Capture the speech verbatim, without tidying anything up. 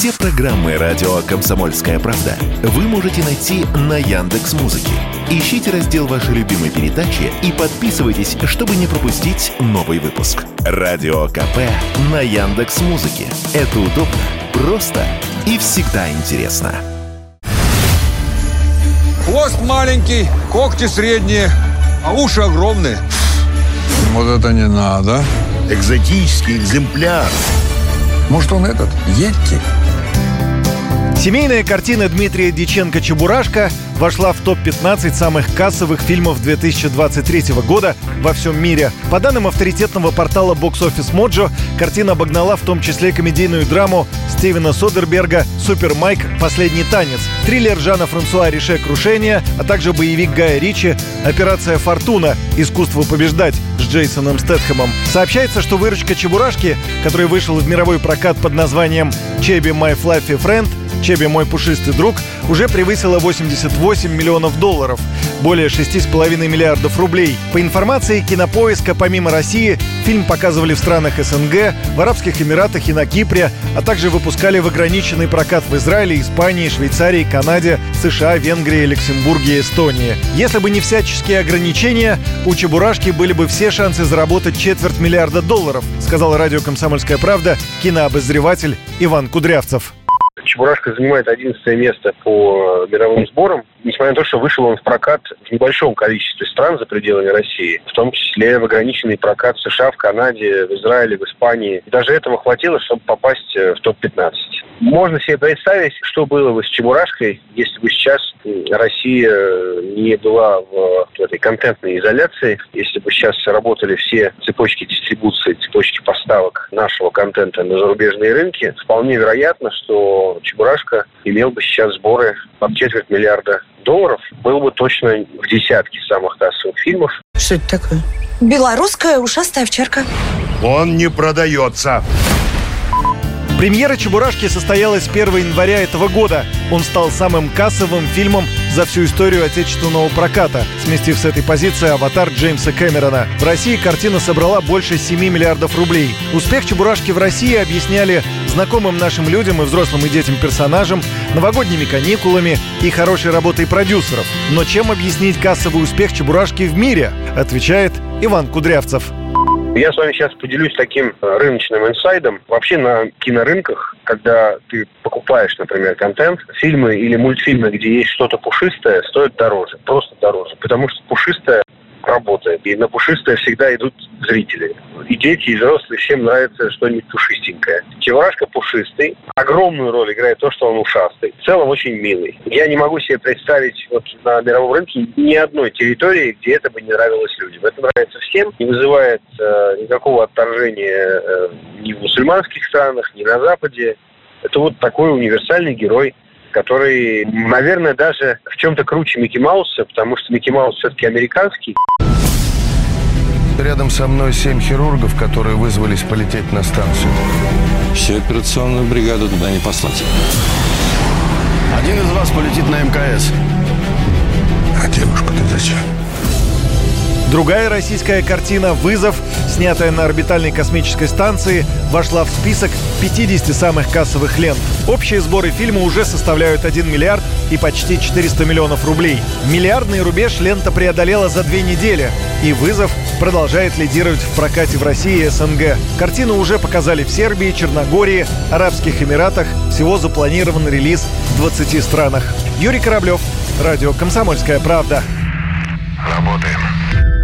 Все программы радио «Комсомольская правда» вы можете найти на Яндекс.Музыке. Ищите раздел вашей любимой передачи и подписывайтесь, чтобы не пропустить новый выпуск. Радио КП на Яндекс.Музыке. Это удобно, просто и всегда интересно. Хвост маленький, когти средние, а уши огромные. Вот это не надо. Экзотический экземпляр. Может, он этот, Йети? Семейная картина Дмитрия Дьяченко «Чебурашка» вошла в топ пятнадцать самых кассовых фильмов две тысячи двадцать третьего года во всем мире. По данным авторитетного портала Box Office Mojo, картина обогнала в том числе комедийную драму Стивена Содерберга «Супер Майк. Последний танец», триллер Жана Франсуа Рише «Крушение», а также боевик Гая Ричи «Операция Фортуна. Искусство побеждать» с Джейсоном Стэтхэмом. Сообщается, что выручка «Чебурашки», который вышел в мировой прокат под названием «Чеби My Fluffy Friend», «Чеби, мой пушистый друг», уже превысила восемьдесят восемь миллионов долларов, более шесть целых пять десятых миллиардов рублей. По информации Кинопоиска, помимо России, фильм показывали в странах СНГ, в Арабских Эмиратах и на Кипре, а также выпускали в ограниченный прокат в Израиле, Испании, Швейцарии, Канаде, США, Венгрии, Люксембурге и Эстонии. Если бы не всяческие ограничения, у «Чебурашки» были бы все шансы заработать четверть миллиарда долларов, сказал радио «Комсомольская правда» кинообозреватель Иван Кудрявцев. «Чебурашка» занимает одиннадцатое место по мировым сборам, несмотря на то, что вышел он в прокат в небольшом количестве стран за пределами России, в том числе в ограниченный прокат в США, в Канаде, в Израиле, в Испании. Даже этого хватило, чтобы попасть в топ пятнадцать. Можно себе представить, что было бы с «Чебурашкой», если бы сейчас Россия не была в, в этой контентной изоляции, если бы сейчас работали все цепочки дистрибуции, цепочки поставок нашего контента на зарубежные рынки. Вполне вероятно, что «Чебурашка» имел бы сейчас сборы под четверть миллиарда долларов, был бы точно в десятке самых кассовых фильмов. Что это такое? Белорусская ушастая овчарка. Он не продается. Премьера «Чебурашки» состоялась первого января этого года. Он стал самым кассовым фильмом за всю историю отечественного проката, сместив с этой позиции «Аватар» Джеймса Кэмерона. В России картина собрала больше семи миллиардов рублей. Успех «Чебурашки» в России объясняли знакомым нашим людям и взрослым и детям персонажам, новогодними каникулами и хорошей работой продюсеров. Но чем объяснить кассовый успех «Чебурашки» в мире? Отвечает Иван Кудрявцев. Я с вами сейчас поделюсь таким рыночным инсайдом. Вообще на кинорынках, когда ты покупаешь, например, контент, фильмы или мультфильмы, где есть что-то пушистое, стоят дороже. Просто дороже. Потому что пушистое работает. И на пушистое всегда идут зрители. И дети, и взрослые, всем нравится что-нибудь пушистенькое. «Чебурашка» пушистый. Огромную роль играет то, что он ушастый. В целом очень милый. Я не могу себе представить вот на мировом рынке ни одной территории, где это бы не нравилось людям. Это нравится всем. Не вызывает э, никакого отторжения э, ни в мусульманских странах, ни на Западе. Это вот такой универсальный герой, который, наверное, даже в чем-то круче Микки Мауса, потому что Микки Маус все-таки американский. Рядом со мной семь хирургов, которые вызвались полететь на станцию. Всю операционную бригаду туда не послать. Один из вас полетит на МКС. А девушку-то зачем? Другая российская картина «Вызов», снятая на орбитальной космической станции, вошла в список пятидесяти самых кассовых лент. Общие сборы фильма уже составляют один миллиард и почти четыреста миллионов рублей. Миллиардный рубеж лента преодолела за две недели, и «Вызов» продолжает лидировать в прокате в России и СНГ. Картину уже показали в Сербии, Черногории, Арабских Эмиратах. Всего запланирован релиз в двадцати странах. Юрий Кораблев, радио «Комсомольская правда». Работаем.